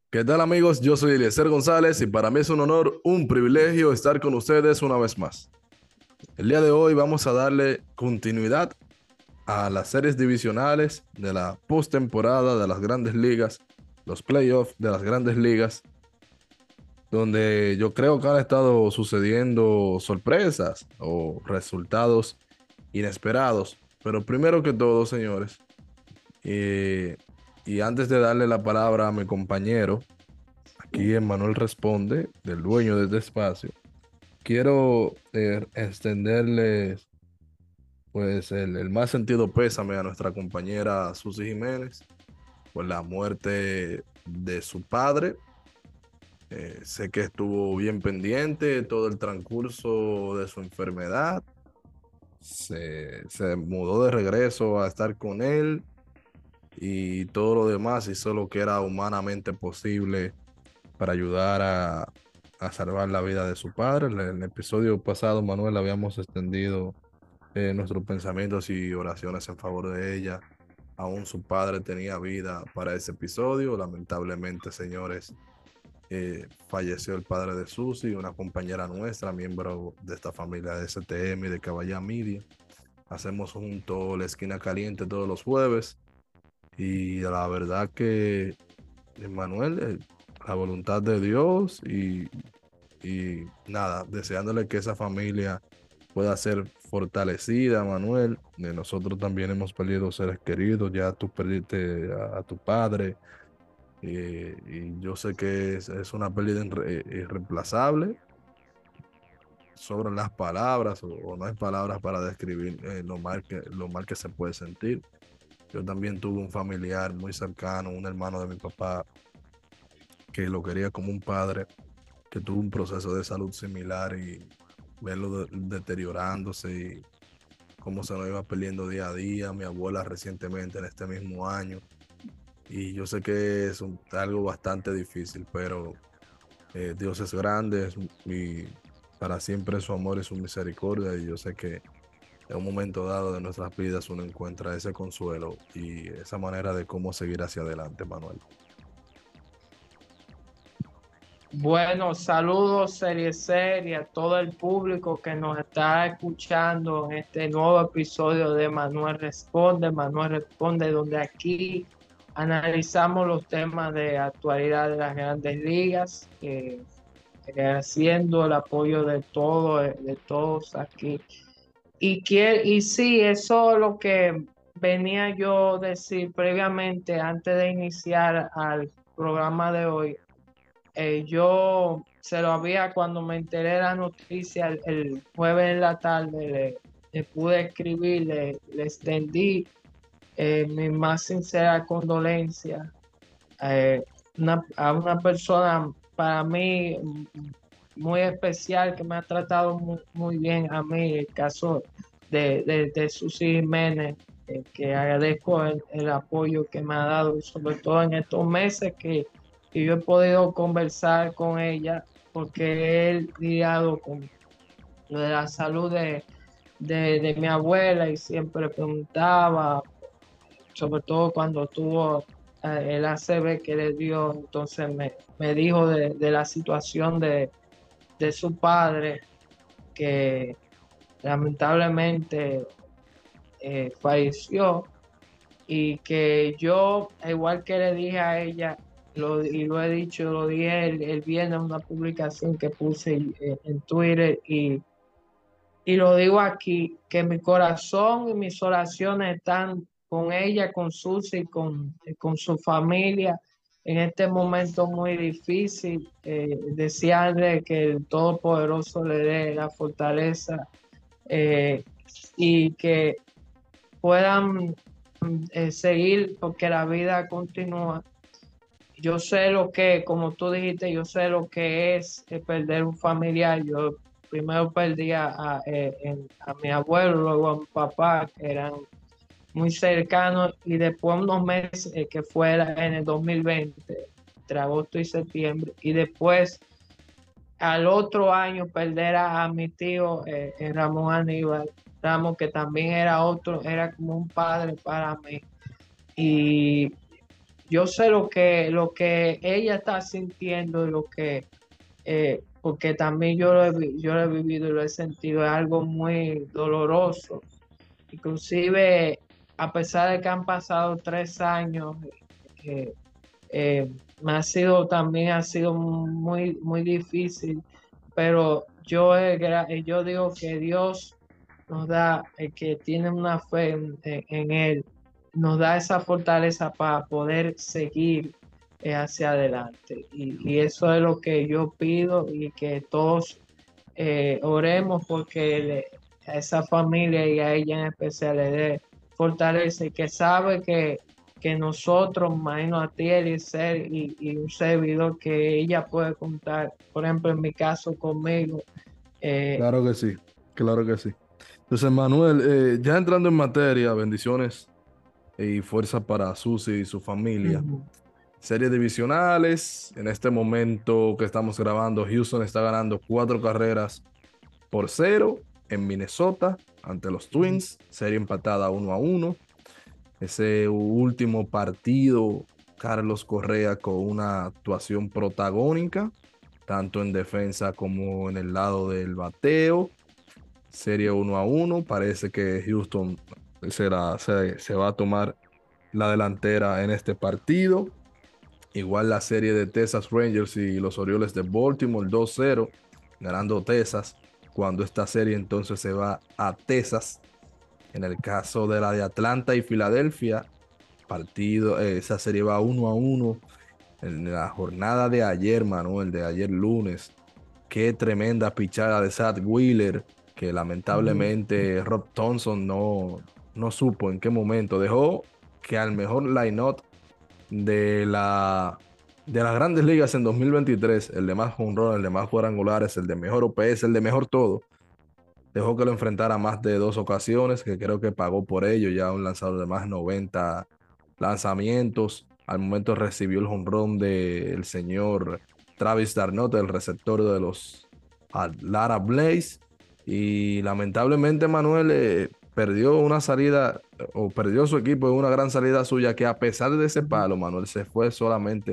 ¿Qué tal amigos? Yo soy Eliezer González y para mí es un honor, un privilegio estar con ustedes una vez más. El día de hoy vamos a darle continuidad a las series divisionales de la postemporada de las grandes ligas, los playoffs de las grandes ligas, donde yo creo que han estado sucediendo sorpresas o resultados inesperados. Pero primero que todo, señores, eh, y antes de darle la palabra a mi compañero, aquí Emmanuel responde, del dueño de este espacio. Quiero extenderles pues el más sentido pésame a nuestra compañera Susy Jiménez por la muerte de su padre. Sé que estuvo bien pendiente todo el transcurso de su enfermedad. Se mudó de regreso a estar con él y todo lo demás hizo lo que era humanamente posible para ayudar a salvar la vida de su padre. En el episodio pasado, Manuel, habíamos extendido nuestros pensamientos y oraciones en favor de ella. Aún su padre tenía vida para ese episodio. Lamentablemente, señores, falleció el padre de Susi, una compañera nuestra, miembro de esta familia de STM y de Caballá Media. Hacemos junto la esquina caliente todos los jueves y la verdad que, Manuel, la voluntad de Dios y nada, deseándole que esa familia pueda ser fortalecida, Manuel. Nosotros también hemos perdido seres queridos, ya tú perdiste a tu padre, y yo sé que es una pérdida irreemplazable. Sobran las palabras o no hay palabras para describir lo mal que se puede sentir. Yo también tuve un familiar muy cercano, un hermano de mi papá, que lo quería como un padre, que tuvo un proceso de salud similar y verlo deteriorándose y cómo se nos iba perdiendo día a día. Mi abuela recientemente en este mismo año. Y yo sé que es algo bastante difícil, pero Dios es grande y para siempre su amor y su misericordia. Y yo sé que en un momento dado de nuestras vidas uno encuentra ese consuelo y esa manera de cómo seguir hacia adelante, Manuel. Bueno, saludos serie a todo el público que nos está escuchando en este nuevo episodio de Manuel Responde, donde aquí analizamos los temas de actualidad de las grandes ligas, haciendo el apoyo de todos aquí. Y sí, eso es lo que venía yo a decir previamente, antes de iniciar al programa de hoy. Yo se lo había, cuando me enteré de la noticia el jueves en la tarde, le pude escribir, le extendí mi más sincera condolencia eh, a una persona para mí muy especial, que me ha tratado muy bien a mí, el caso de Susy Jiménez, que agradezco el apoyo que me ha dado, sobre todo en estos meses que yo he podido conversar con ella, porque he lidiado con lo de la salud de mi abuela y siempre preguntaba, sobre todo cuando tuvo el ACV que le dio. Entonces me dijo de la situación de su padre, que lamentablemente falleció, y que yo, igual que le dije a ella, y lo he dicho, lo dije el viernes en una publicación que puse en Twitter, y lo digo aquí, que mi corazón y mis oraciones están con ella, con Susi, con su familia en este momento muy difícil. Desearle que el Todopoderoso le dé la fortaleza, eh, y que puedan seguir, porque la vida continúa. Yo sé lo que, como tú dijiste, yo sé lo que es perder un familiar. Yo primero perdí a mi abuelo, luego a mi papá, que eran muy cercanos, y después unos meses, que fue en el 2020, entre agosto y septiembre, y después al otro año perder a mi tío, Ramón Aníbal Ramos, que también era otro, era como un padre para mí. Y yo sé lo que ella está sintiendo y lo que, porque también yo lo he vivido y lo he sentido, es algo muy doloroso. Inclusive, a pesar de que han pasado 3 años, eh, me ha sido, también ha sido muy, muy difícil, pero yo digo que Dios nos da, el que tiene una fe en Él, nos da esa fortaleza para poder seguir hacia adelante. Y eso es lo que yo pido y que todos oremos porque a esa familia y a ella en especial le dé fortaleza y que sabe que nosotros, imagino a ti, Eliezer, y un servidor que ella puede contar, por ejemplo, en mi caso conmigo. eh, Claro que sí, claro que sí. Entonces, Manuel, ya entrando en materia, bendiciones y fuerza para Susi y su familia. Ujú, Series divisionales, en este momento que estamos grabando, Houston está ganando 4 carreras por 0 en Minnesota ante los ujú, Twins, serie empatada 1-1. Ese último partido, Carlos Correa con una actuación protagónica, tanto en defensa como en el lado del bateo. Serie 1-1. Parece que Houston se va a tomar la delantera en este partido. Igual la serie de Texas Rangers y los Orioles de Baltimore 2-0, ganando Texas. Cuando esta serie entonces se va a Texas. En el caso de la de Atlanta y Filadelfia, esa serie va 1-1. En la jornada de ayer, Manuel, de ayer lunes, qué tremenda pichada de Zach Wheeler, que ujú, lamentablemente Rob Thompson no supo en qué momento. Dejó que al mejor line-up de de las grandes ligas en 2023, el de más home run, el de más cuadrangulares, el de mejor OPS, el de mejor todo, dejó que lo enfrentara más de 2 ocasiones, que creo que pagó por ello, ya un lanzador de más de 90 lanzamientos. Al momento recibió el home run del señor Travis d'Arnaud, el receptor de los Atlanta Blaze. Y lamentablemente Manuel perdió una salida o perdió su equipo en una gran salida suya, que a pesar de ese ujú. palo, Manuel se fue solamente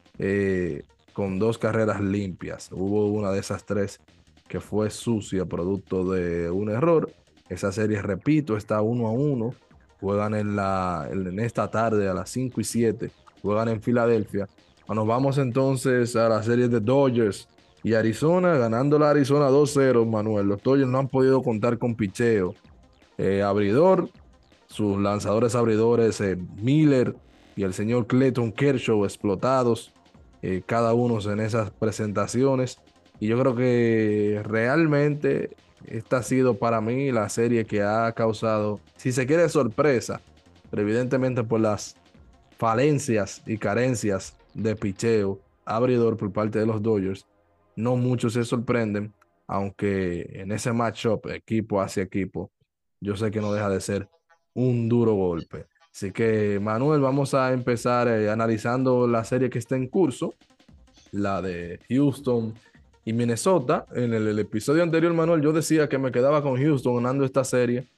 eh, con 2 carreras limpias. Hubo una de esas 3 que fue sucia, producto de un error. Esa serie, repito, está 1-1. Juegan en esta tarde a las 5 y 7. Juegan en Filadelfia. Nos vamos entonces a la serie de Dodgers y Arizona, ganando la Arizona 2-0, Manuel. Los Dodgers no han podido contar con picheo abridor. Sus lanzadores abridores, Miller y el señor Clayton Kershaw, explotados, cada uno en esas presentaciones. Y yo creo que realmente esta ha sido para mí la serie que ha causado, si se quiere, sorpresa, pero evidentemente por las falencias y carencias de picheo abridor por parte de los Dodgers, no muchos se sorprenden, aunque en ese matchup equipo hacia equipo, yo sé que no deja de ser un duro golpe. Así que, Manuel, vamos a empezar analizando la serie que está en curso, la de Houston y Minnesota. En el episodio anterior, Manuel, yo decía que me quedaba con Houston ganando esta serie.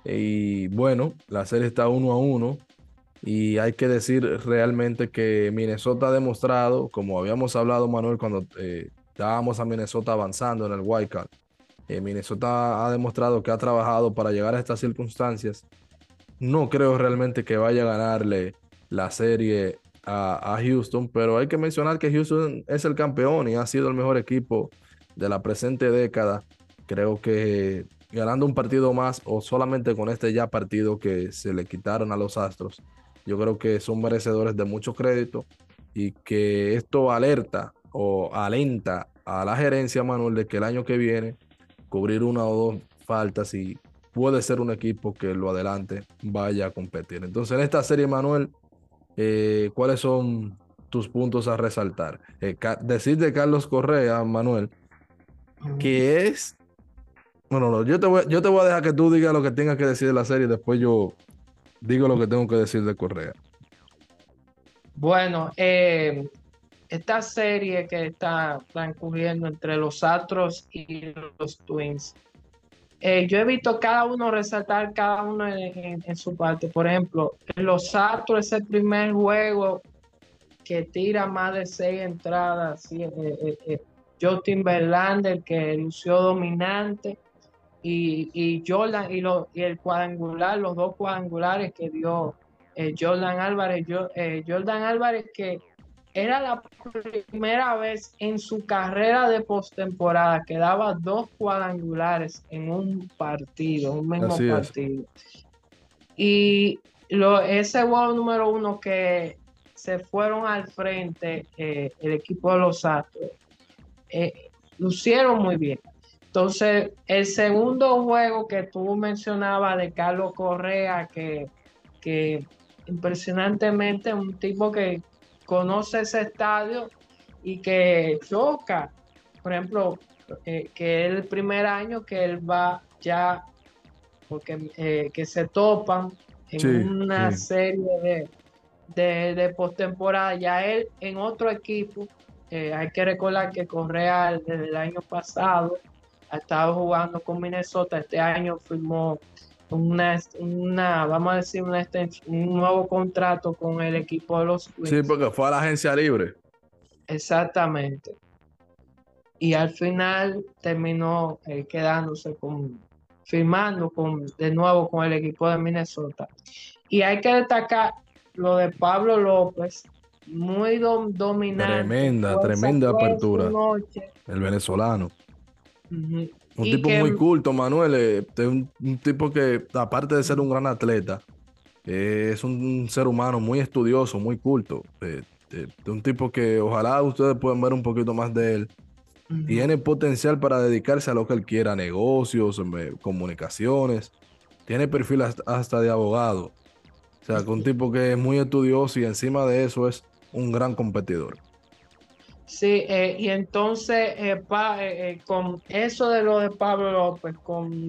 Y bueno, la serie está 1-1. Y hay que decir realmente que Minnesota ha demostrado, como habíamos hablado, Manuel, cuando estábamos a Minnesota avanzando en el Wild Card, Minnesota ha demostrado que ha trabajado para llegar a estas circunstancias. No creo realmente que vaya a ganarle la serie a Houston, pero hay que mencionar que Houston es el campeón y ha sido el mejor equipo de la presente década. Creo que ganando un partido más o solamente con este ya partido que se le quitaron a los Astros, yo creo que son merecedores de mucho crédito y que esto alerta o alenta a la gerencia, Manuel, de que el año que viene cubrir 1 o 2 faltas y puede ser un equipo que lo adelante vaya a competir. Entonces, en esta serie, Manuel, ¿cuáles son tus puntos a resaltar? Decir de Carlos Correa, Manuel, Ujú. que es, bueno, no, yo te voy a dejar que tú digas lo que tengas que decir de la serie y después yo digo lo que tengo que decir de Correa. Bueno, esta serie que está transcurriendo entre los Astros y los Twins, yo he visto cada uno resaltar cada uno en su parte. Por ejemplo, en los Astros es el primer juego. que tira más de 6 entradas, sí, Justin Verlander, que lució dominante, y Jordan, y el cuadrangular, los dos cuadrangulares que dio Jordan Álvarez. Jordan Álvarez, que era la primera vez en su carrera de postemporada que daba dos cuadrangulares en un partido, un mismo Así es. partido. Y ese juego número uno que se fueron al frente, el equipo de los Astros, eh, lucieron muy bien. Entonces, el segundo juego que tú mencionabas de Carlos Correa, que impresionantemente un tipo que conoce ese estadio y que choca, por ejemplo, que es el primer año que él va ya, porque que se topan en Sí, una sí. serie de postemporada, ya él en otro equipo. Hay que recordar que Correa desde el año pasado ha estado jugando con Minnesota. Este año firmó vamos a decir, un nuevo contrato con el equipo de los Sí, Twins. porque fue a la agencia libre. Exactamente. Y al final terminó quedándose firmando de nuevo con el equipo de Minnesota. Y hay que destacar lo de Pablo López, muy dominante, Tremenda, fuerza tremenda toda su apertura. noche. El venezolano. Ujú. Un Y tipo que muy culto, Manuel. Un tipo que, aparte de ser un gran atleta, es un ser humano muy estudioso, muy culto. Un tipo que ojalá ustedes puedan ver un poquito más de él. ujú, Tiene potencial para dedicarse a lo que él quiera, negocios, comunicaciones. Tiene perfil hasta de abogado. O sea, que un tipo que es muy estudioso y encima de eso es un gran competidor. sí, y entonces con eso de lo de Pablo López, con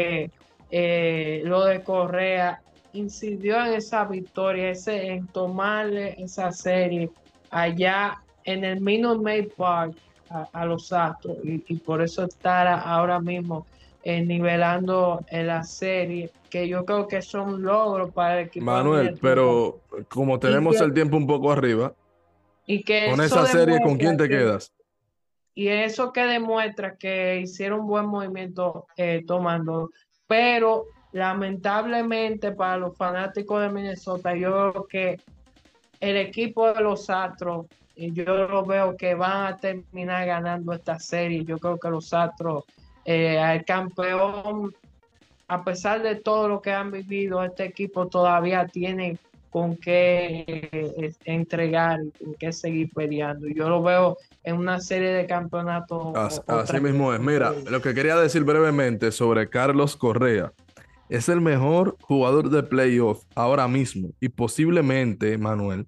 lo de Correa, incidió en esa victoria, en tomarle esa serie allá en el Minute Maid Park a los Astros, y por eso estar ahora mismo nivelando en la serie, que yo creo que son logros para el equipo de Manuel, Minnesota, pero como y tenemos que, el tiempo un poco arriba, y que con eso esa serie, ¿con demuestra quién te que quedas? Y eso que demuestra que hicieron un buen movimiento tomando, pero lamentablemente para los fanáticos de Minnesota, yo creo que el equipo de los Astros, yo lo veo que van a terminar ganando esta serie. Yo creo que los Astros, el campeón, a pesar de todo lo que han vivido, este equipo todavía tiene con qué entregar y con qué seguir peleando. Yo lo veo en una serie de campeonatos Así otra vez mismo es. entre Mira, ellos. lo que quería decir brevemente sobre Carlos Correa. Es el mejor jugador de playoff ahora mismo y posiblemente, Manuel,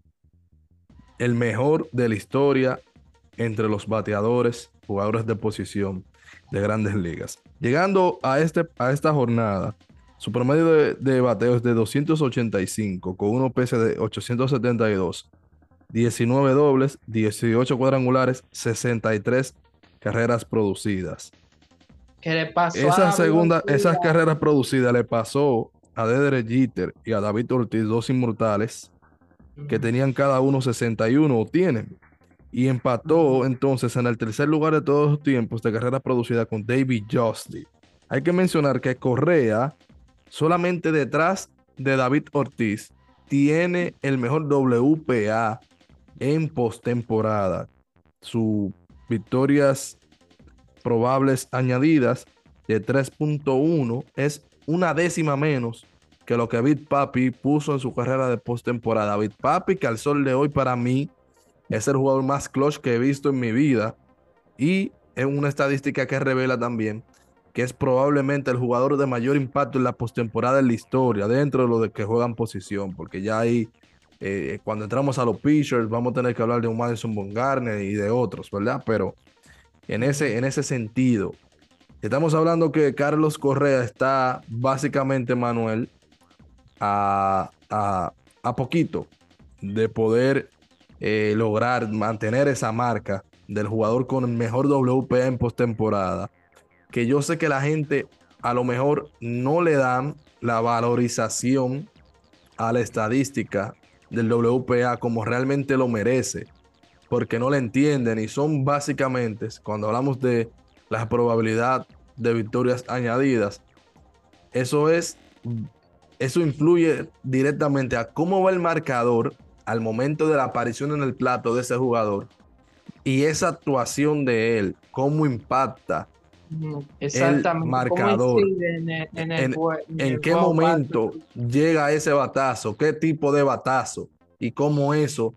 el mejor de la historia entre los bateadores, jugadores de posición de grandes ligas. Llegando a esta jornada, su promedio de bateo es de 285 con un OPS de 872, 19 dobles, 18 cuadrangulares, 63 carreras producidas. Que le pasó a David Esas Ortiz. carreras producidas le pasó a Derek Jeter y a David Ortiz, dos inmortales, que Ujú, tenían cada uno 61 o tienen. Y ujú. empató entonces en el tercer lugar de todos los tiempos de carreras producidas con David Justy. Hay que mencionar que Correa, solamente detrás de David Ortiz, tiene el mejor WPA en postemporada. Sus victorias probables añadidas de 3.1 es una décima menos que lo que Big Papi puso en su carrera de postemporada. Big Papi, que al sol de hoy para mí es el jugador más clutch que he visto en mi vida, y es una estadística que revela también que es probablemente el jugador de mayor impacto en la postemporada en la historia, dentro de lo de que juegan posición, porque ya ahí, cuando entramos a los pitchers, vamos a tener que hablar de un Madison Bumgarner y de otros, ¿verdad? Pero Ujú. en ese sentido, estamos hablando que Carlos Correa está básicamente, Manuel, a poquito de poder lograr mantener esa marca del jugador con el mejor WP en postemporada, que yo sé que la gente a lo mejor no le dan la valorización a la estadística del WPA como realmente lo merece, porque no le entienden y son básicamente, cuando hablamos de la probabilidad de victorias añadidas, eso es, eso influye directamente a cómo va el marcador al momento de la aparición en el plato de ese jugador y esa actuación de él, cómo impacta el Exactamente, cómo marcador, incide en, en en el qué juego base. momento llega ese batazo, qué tipo de batazo y cómo eso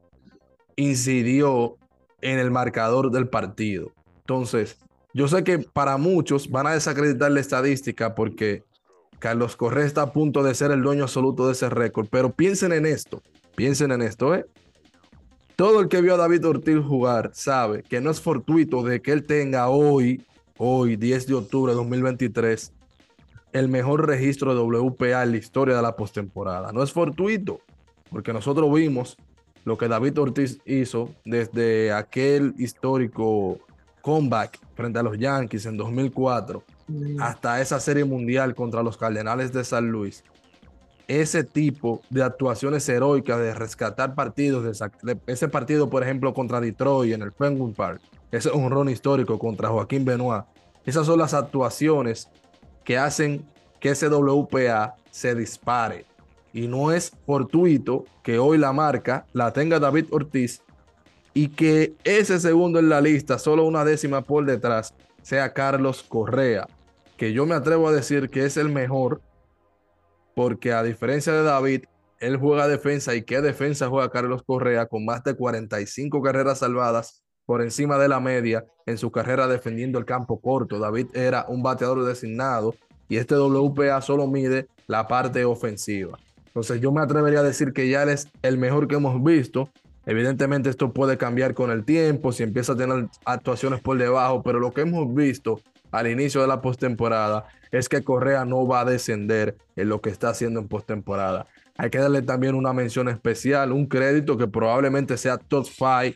incidió en el marcador del partido. Entonces, yo sé que para muchos van a desacreditar la estadística porque Carlos Correa está a punto de ser el dueño absoluto de ese récord, pero piensen en esto, ¿eh? Todo el que vio a David Ortiz jugar sabe que no es fortuito de que él tenga hoy 10 de octubre de 2023, el mejor registro de WPA en la historia de la postemporada. No es fortuito, porque nosotros vimos lo que David Ortiz hizo desde aquel histórico comeback frente a los Yankees en 2004 Mm, hasta esa serie mundial contra los Cardenales de San Luis. Ese tipo de actuaciones heroicas de rescatar partidos, de ese partido, por ejemplo, contra Detroit en el Fenway Park, ese honrón histórico contra Joaquín Benoit, esas son las actuaciones que hacen que ese WPA se dispare. Y no es fortuito que hoy la marca la tenga David Ortiz y que ese segundo en la lista, solo una décima por detrás, sea Carlos Correa, que yo me atrevo a decir que es el mejor porque a diferencia de David, él juega defensa y qué defensa juega Carlos Correa con más de 45 carreras salvadas por encima de la media en su carrera defendiendo el campo corto. David era un bateador designado y este WPA solo mide la parte ofensiva. Entonces yo me atrevería a decir que ya él es el mejor que hemos visto. Evidentemente esto puede cambiar con el tiempo, si empieza a tener actuaciones por debajo, pero lo que hemos visto al inicio de la postemporada es que Correa no va a descender en lo que está haciendo en postemporada. Hay que darle también una mención especial, un crédito que probablemente sea top 5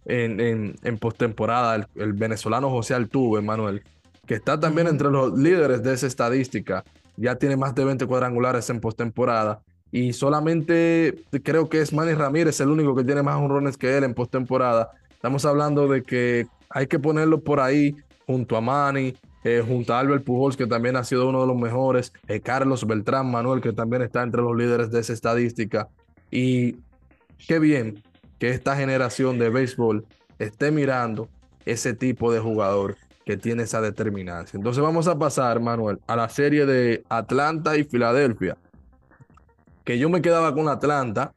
en postemporada, el venezolano José Altuve, Manuel, que está también ujú. entre los líderes de esa estadística. Ya tiene más de 20 cuadrangulares en postemporada. Y solamente creo que es Manny Ramírez el único que tiene más honrones que él en postemporada. Estamos hablando de que hay que ponerlo por ahí junto a Manny, junto a Albert Pujols, que también ha sido uno de los mejores, Carlos Beltrán, Manuel, que también está entre los líderes de esa estadística. Y qué bien que esta generación de béisbol esté mirando ese tipo de jugador que tiene esa determinancia. Entonces vamos a pasar, Manuel, a la serie de Atlanta y Filadelfia, que yo me quedaba con Atlanta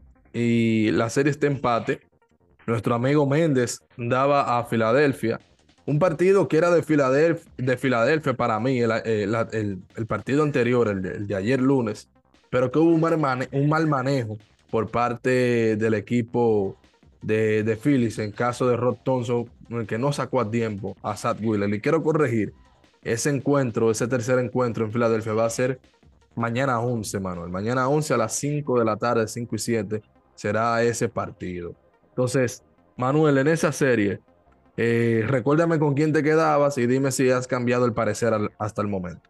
y la serie está empate. Nuestro amigo Méndez daba a Filadelfia. Un partido que era de Filadelfia para mí, el partido anterior, el de ayer lunes, pero que hubo un mal manejo por parte del equipo de Phillies en caso de Rod Thompson, que no sacó a tiempo a Zach Wheeler. Y quiero corregir, ese encuentro, ese tercer encuentro en Filadelfia va a ser mañana 11, Manuel. Mañana 11 a las 5 de la tarde, 5 y 7, será ese partido. Entonces, Manuel, en esa serie, recuérdame con quién te quedabas y dime si has cambiado el parecer hasta el momento.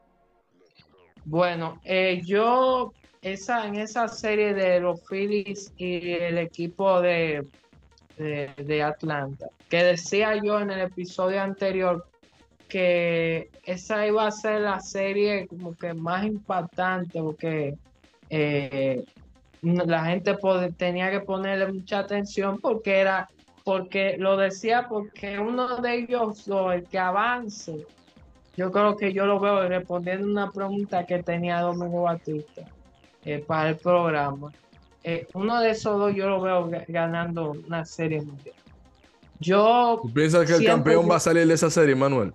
Bueno, en esa serie de los Phillies y el equipo de Atlanta, que decía yo en el episodio anterior que esa iba a ser la serie como que más impactante porque eh, la gente tenía que ponerle mucha atención porque lo decía porque uno de ellos, el que avance, yo creo que yo lo veo respondiendo una pregunta que tenía Domingo Batista para el programa. Uno de esos dos yo lo veo ganando una serie mundial. Yo ¿Tú piensas que el siento campeón va a salir de esa serie, Manuel?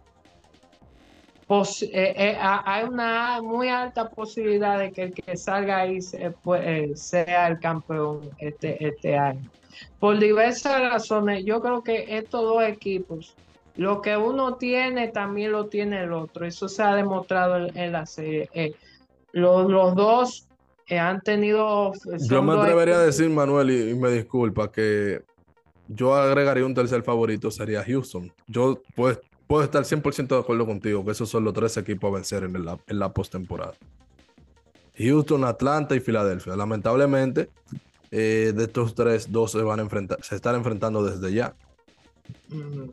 hay una muy alta posibilidad de que el que salga ahí sea el campeón este año. Por diversas razones, yo creo que estos dos equipos, lo que uno tiene, también lo tiene el otro. Eso se ha demostrado en la serie. Los dos han tenido, Yo son me dos atrevería a equipos. decir, Manuel, y me disculpa, que yo agregaría un tercer favorito, sería Houston. Yo puedo estar 100% de acuerdo contigo, que esos son los tres equipos a vencer en la postemporada. Houston, Atlanta y Filadelfia. Lamentablemente, De estos tres, dos se van a enfrentar, se están enfrentando desde ya. Ujú.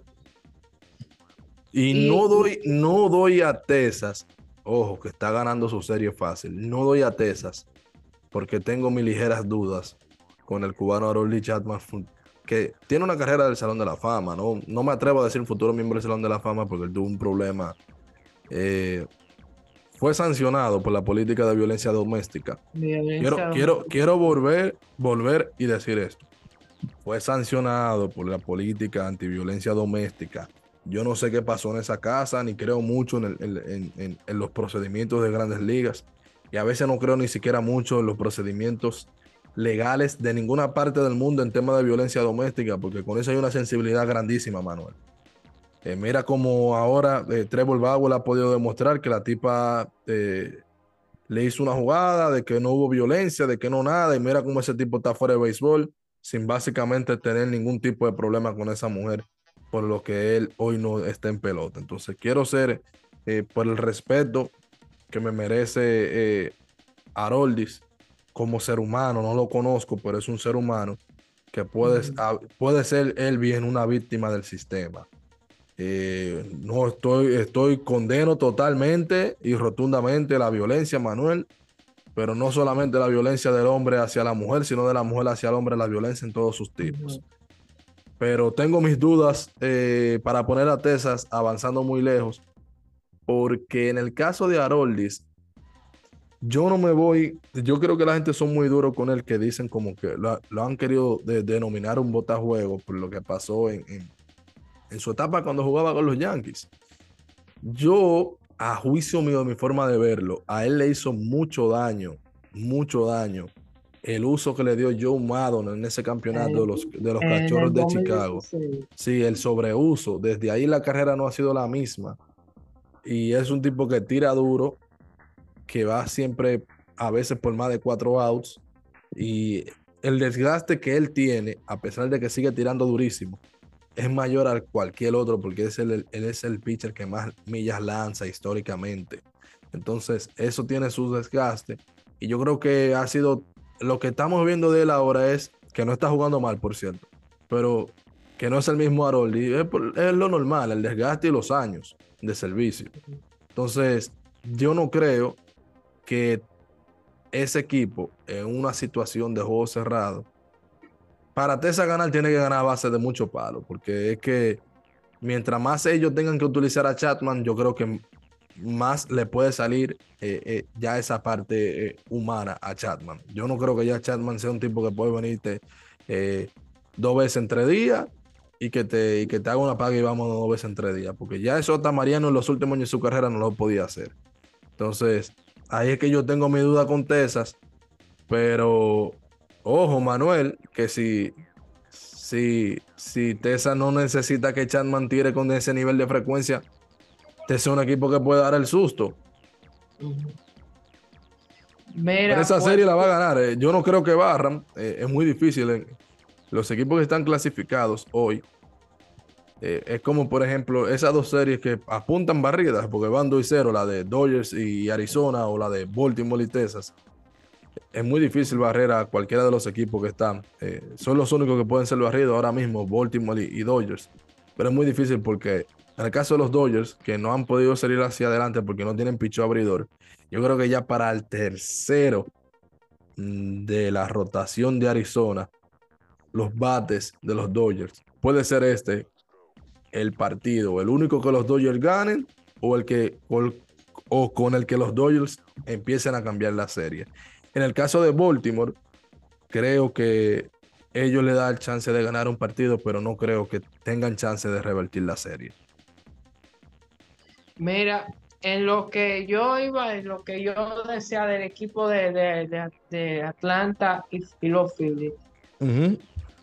Y Y, no doy a Texas, ojo, que está ganando su serie fácil. No doy a Texas porque tengo mis ligeras dudas con el cubano Harold Chapman, que tiene una carrera del Salón de la Fama. No me atrevo a decir un futuro miembro del Salón de la Fama porque él tuvo un problema. eh, Fue sancionado por la política de violencia doméstica. violencia doméstica. Quiero volver y decir esto. Fue sancionado por la política antiviolencia doméstica. Yo no sé qué pasó en esa casa, ni creo mucho en los procedimientos de grandes ligas. Y a veces no creo ni siquiera mucho en los procedimientos legales de ninguna parte del mundo en temas de violencia doméstica, porque con eso hay una sensibilidad grandísima, Manuel. Mira cómo ahora Trevor Bauer ha podido demostrar que la tipa le hizo una jugada de que no hubo violencia, de que no nada, y mira cómo ese tipo está fuera de béisbol sin básicamente tener ningún tipo de problema con esa mujer, por lo que él hoy no está en pelota. Entonces quiero ser, por el respeto que me merece Aroldis como ser humano, no lo conozco, pero es un ser humano que Ujú, puede ser él bien una víctima del sistema. No condeno totalmente y rotundamente la violencia, Manuel, pero no solamente la violencia del hombre hacia la mujer, sino de la mujer hacia el hombre, la violencia en todos sus tipos. ujú. Pero tengo mis dudas para poner a Texas avanzando muy lejos, porque en el caso de Aroldis, yo no me voy, yo creo que la gente son muy duros con él, que dicen como que lo han querido denominar un botajuego por lo que pasó en su etapa cuando jugaba con los Yankees. Yo, a juicio mío, de mi forma de verlo, a él le hizo mucho daño, el uso que le dio Joe Maddon en ese campeonato En, de los en el Cachorros de Chicago. 2016. Sí, el sobreuso. Desde ahí la carrera no ha sido la misma. Y es un tipo que tira duro, que va siempre, a veces por más de 4 outs. Y el desgaste que él tiene, a pesar de que sigue tirando durísimo, es mayor a cualquier otro porque él es el pitcher que más millas lanza históricamente. Entonces, eso tiene su desgaste. Y yo creo que ha sido lo que estamos viendo de él ahora es que no está jugando mal, por cierto, pero que no es el mismo Haroldi. Es lo normal, el desgaste y los años de servicio. Entonces, yo no creo que ese equipo en una situación de juego cerrado, para Tessa ganar, tiene que ganar a base de mucho palo, porque es que mientras más ellos tengan que utilizar a Chapman, yo creo que más le puede salir ya esa parte humana a Chapman. Yo no creo que ya Chapman sea un tipo que puede venirte eh, 2 veces en 3 días y que te haga una paga y vamos 2 veces en 3 días, porque ya eso hasta Mariano en los últimos años de su carrera no lo podía hacer. Entonces, ahí es que yo tengo mi duda con Texas, pero ojo, Manuel, que si Tessa no necesita que Chapman tire con ese nivel de frecuencia, Tessa es un equipo que puede dar el susto. Ujú. Pero Mira, esa serie pues la va a ganar. Yo no creo que barran. Es muy difícil. Los equipos que están clasificados hoy, es como, por ejemplo, esas dos series que apuntan barridas, porque van 2-0, la de Dodgers y Arizona o la de Baltimore y Texas. Es muy difícil barrer a cualquiera de los equipos que están. Son los únicos que pueden ser barridos ahora mismo, Baltimore y Dodgers. Pero es muy difícil porque en el caso de los Dodgers, que no han podido salir hacia adelante porque no tienen picheo abridor, yo creo que ya para el tercero de la rotación de Arizona, los bates de los Dodgers, puede ser este el partido, el único que los Dodgers ganen o o con el que los Dodgers empiecen a cambiar la serie. En el caso de Baltimore, creo que ellos le dan el chance de ganar un partido, pero no creo que tengan chance de revertir la serie. mira, en lo que yo iba, en lo que yo decía del equipo de Atlanta y los Phillies, Ujú.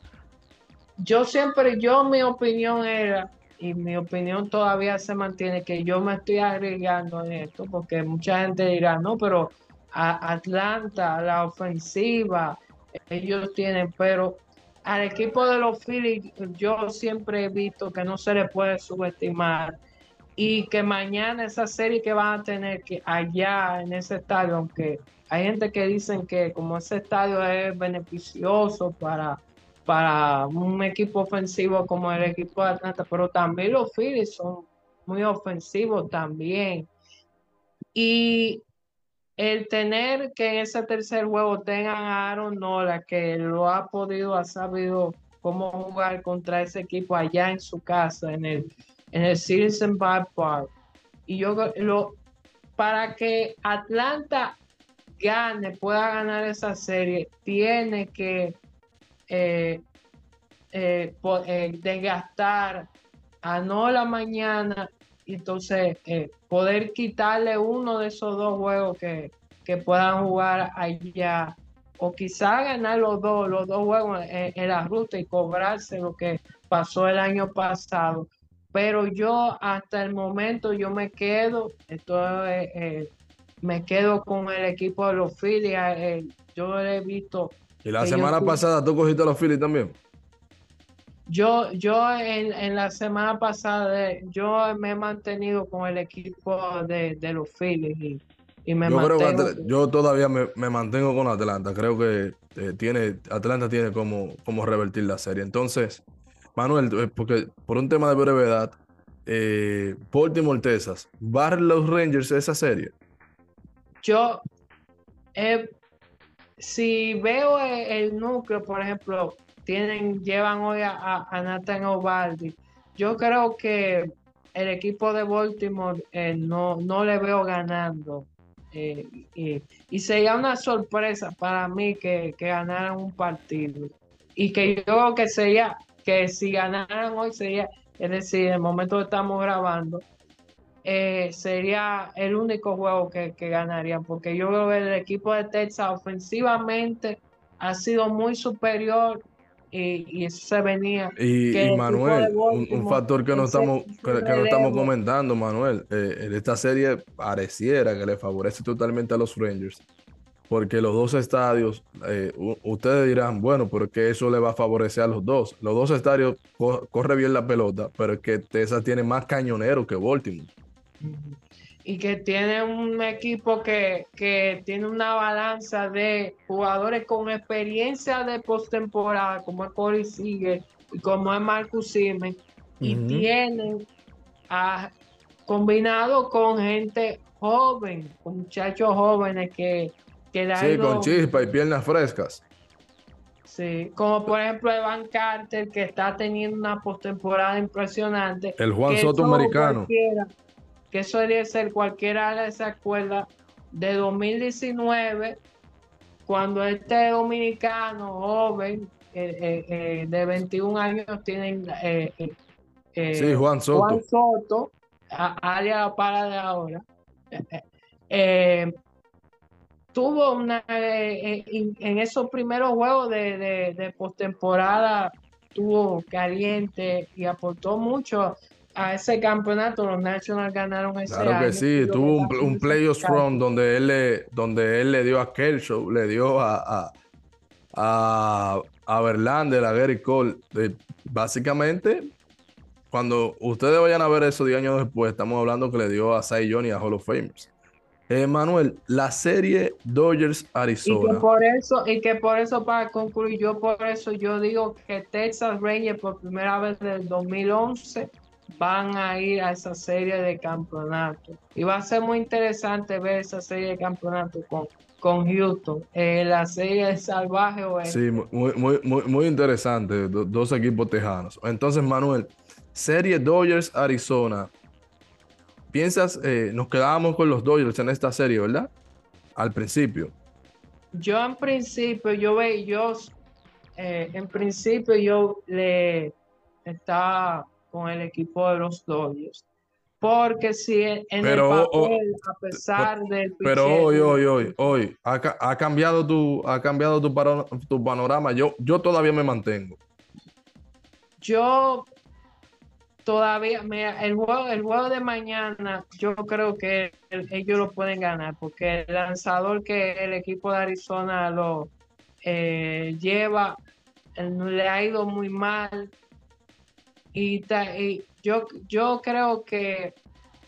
mi opinión era, y mi opinión todavía se mantiene, que yo me estoy agregando en esto, porque mucha gente dirá, no, pero Atlanta, la ofensiva, ellos tienen, pero al equipo de los Phillies, yo siempre he visto que no se le puede subestimar y que mañana esa serie que van a tener que allá en ese estadio, aunque hay gente que dicen que como ese estadio es beneficioso para un equipo ofensivo como el equipo de Atlanta, pero también los Phillies son muy ofensivos también. Y el tener que en ese tercer juego tengan a Aaron Nola, que lo ha podido, ha sabido cómo jugar contra ese equipo allá en su casa, en el Citizen Bank Park. Y para que Atlanta pueda ganar esa serie, tiene que eh, desgastar a Nola mañana, y entonces poder quitarle uno de esos dos juegos que puedan jugar allá, o quizá ganar los dos juegos en la ruta y cobrarse lo que pasó el año pasado. Pero yo hasta el momento yo me quedo con el equipo de los Phillies. Yo he visto Y la que ellos semana pasada tú cogiste a los Phillies también. yo en la semana pasada, yo me he mantenido con el equipo de los Phillies, y me Yo creo que mantengo. yo todavía me mantengo con Atlanta. Creo que Atlanta tiene como revertir la serie. Entonces, Manuel, porque por un tema de brevedad, Baltimore Texas, ¿barren los Rangers esa serie? Yo, eh, si veo el núcleo, por ejemplo, llevan hoy a Nathan Ovaldi, yo creo que el equipo de Baltimore no le veo ganando. eh, y sería una sorpresa para mí que ganaran un partido. Y que yo creo que sería, que si ganaran hoy sería, es decir, en el momento que estamos grabando, sería el único juego que ganarían, porque yo creo que el equipo de Texas ofensivamente ha sido muy superior, y eso se venía, que Y el equipo de Manuel, un Baltimore, factor que ese que no estamos relevo. comentando, Manuel, en esta serie pareciera que le favorece totalmente a los Rangers, porque los dos estadios, ustedes dirán, bueno, pero es que eso le va a favorecer a los dos. Los dos estadios corre bien la pelota, pero es que Texas tiene más cañoneros que Baltimore. Ujú. Y que tiene un equipo que tiene una balanza de jugadores con experiencia de postemporada, como es Corey Seager y como es Marcus Simmons, y Ujú. tienen a, combinado con gente joven, con muchachos jóvenes que le ha Sí, con ido, chispa y piernas frescas. sí, como por ejemplo Evan Carter, que está teniendo una postemporada impresionante, El Juan que Soto eso americano. cualquiera, que eso debería ser cualquiera de esa escuela de 2019, cuando este dominicano joven de 21 años tienen Sí, Juan Juan Soto. Soto, alias la para de ahora, eh, tuvo en esos primeros juegos de postemporada, tuvo caliente y aportó mucho a ese campeonato. Los Nationals ganaron ese Claro que año, sí, y lo que tuvo está haciendo un ese playoffs run muchacho. donde él le dio a Kershaw, le dio a Verlander, a Gary Cole. Básicamente, cuando ustedes vayan a ver eso 10 años después, estamos hablando que le dio a Cy Young y a Hall of Famers. Manuel, la serie Dodgers-Arizona, Y que por eso, para concluir, por eso yo digo que Texas Rangers por primera vez desde el 2011 van a ir a esa serie de campeonato. Y va a ser muy interesante ver esa serie de campeonato con Houston, la serie de Salvaje sí, Oeste. muy interesante, dos equipos tejanos. Entonces, Manuel, serie Dodgers-Arizona, piensas, nos quedábamos con los Dodgers en esta serie, ¿verdad? Al principio. Yo en principio, en principio yo le estaba con el equipo de los Dodgers. Porque si en el Pero, papel, a pesar del pero picheo, hoy, ha cambiado tu panorama. Yo todavía me mantengo. yo todavía, mira, el juego de mañana, yo creo que ellos lo pueden ganar, porque el lanzador que el equipo de Arizona lo lleva, le ha ido muy mal, y yo creo que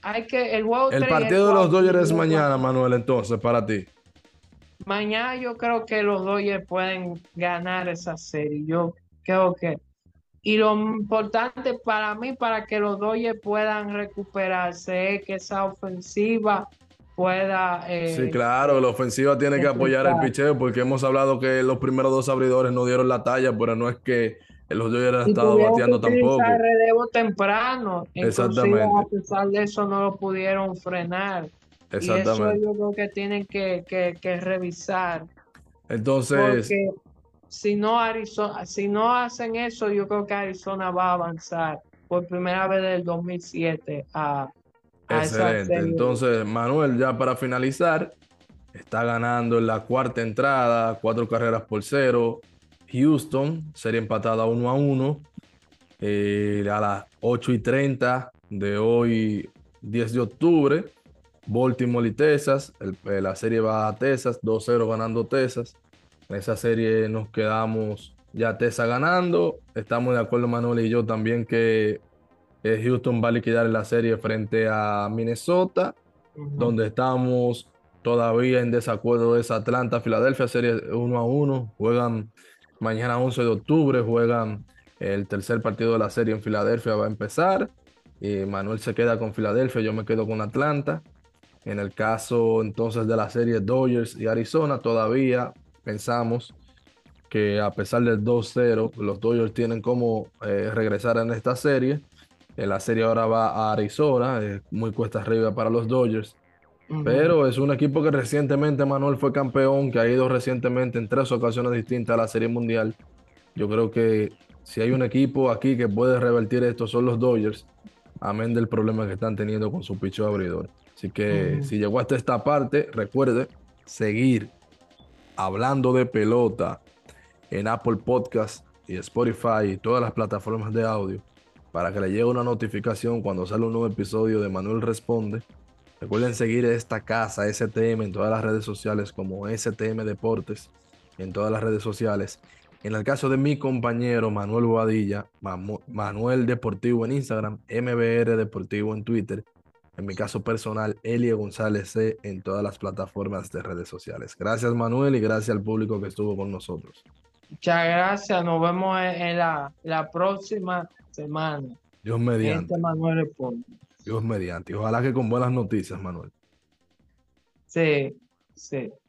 el juego El 3 y el partido de los 4 Dodgers es mañana, Manuel, entonces, para ti. mañana yo creo que los Dodgers pueden ganar esa serie. Yo creo que. Y lo importante para mí, para que los Dodgers puedan recuperarse, es que esa ofensiva pueda Sí, claro, la ofensiva tiene que apoyar el empezar. picheo porque hemos hablado que los primeros dos abridores no dieron la talla, pero no es que los Dodgers han Y estado tuvieron que bateando utilizar tampoco. relevo temprano, inclusive a Exactamente, pesar de eso no lo pudieron frenar. Y eso exactamente. yo creo que tienen que revisar, Entonces, porque si no hacen eso, yo creo que Arizona va a avanzar por primera vez desde el 2007 a esa excelente. serie. Entonces, Manuel, ya para finalizar, está ganando en la cuarta entrada, 4 carreras por 0. Houston, serie empatada 1-1. A las 8:30 de hoy, 10 de octubre, Baltimore y Texas. La serie va a Texas, 2-0 ganando Texas. En esa serie nos quedamos ya Texas ganando. Estamos de acuerdo, Manuel y yo, también que Houston va a liquidar la serie frente a Minnesota. Ujú, Donde estamos todavía en desacuerdo es Atlanta, Filadelfia, serie 1-1. Juegan mañana 11 de octubre, juegan el tercer partido de la serie en Filadelfia, va a empezar. Manuel se queda con Filadelfia, yo me quedo con Atlanta. En el caso entonces de la serie Dodgers y Arizona, todavía pensamos que a pesar del 2-0, los Dodgers tienen como regresar en esta serie. La serie ahora va a Arizona, muy cuesta arriba para los Dodgers. ujú, Pero es un equipo que recientemente, Manuel, fue campeón, que ha ido recientemente en 3 ocasiones distintas a la Serie Mundial. Yo creo que si hay un equipo aquí que puede revertir esto son los Dodgers, amén del problema que están teniendo con su picheo abridor. Así que ujú. si llegó hasta esta parte, recuerde seguir hablando de pelota en Apple Podcast y Spotify y todas las plataformas de audio para que le llegue una notificación cuando sale un nuevo episodio de Manuel Responde. Recuerden seguir esta casa, STM, en todas las redes sociales como STM Deportes, en todas las redes sociales. En el caso de mi compañero Manuel Boadilla, Manuel Deportivo en Instagram, MBR Deportivo en Twitter. En mi caso personal, Elie González C en todas las plataformas de redes sociales. Gracias, Manuel, y gracias al público que estuvo con nosotros. Muchas gracias. Nos vemos en la próxima semana. Dios Este mediante, Manuel Responde. Dios mediante. Y ojalá que con buenas noticias, Manuel. Sí, sí.